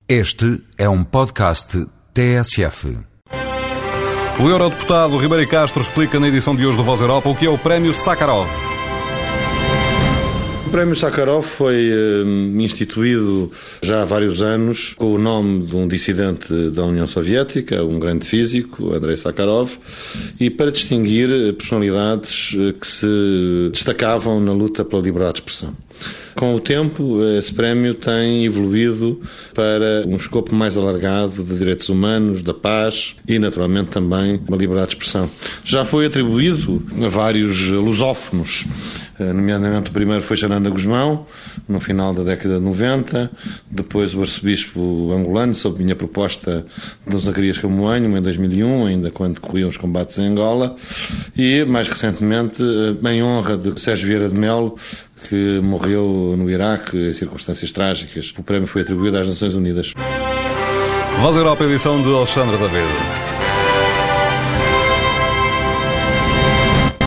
Este é um podcast TSF. O eurodeputado Ribeiro Castro explica na edição de hoje do Voz Europa o que é o Prémio Sakharov. O Prémio Sakharov foi instituído já há vários anos com o nome de um dissidente da União Soviética, um grande físico, Andrei Sakharov, e para distinguir personalidades que se destacavam na luta pela liberdade de expressão. Com o tempo, esse prémio tem evoluído para um escopo mais alargado de direitos humanos, da paz e, naturalmente, também uma liberdade de expressão. Já foi atribuído a vários lusófonos, nomeadamente o primeiro foi Xanana Gusmão, no final da década de 90, depois o arcebispo angolano, sob minha proposta de Zacarias Camoanho, em 2001, ainda quando decorriam os combates em Angola, e, mais recentemente, em honra de Sérgio Vieira de Melo, que morreu no Iraque em circunstâncias trágicas. O prémio foi atribuído às Nações Unidas. Voz Europa, edição de Alexandre David.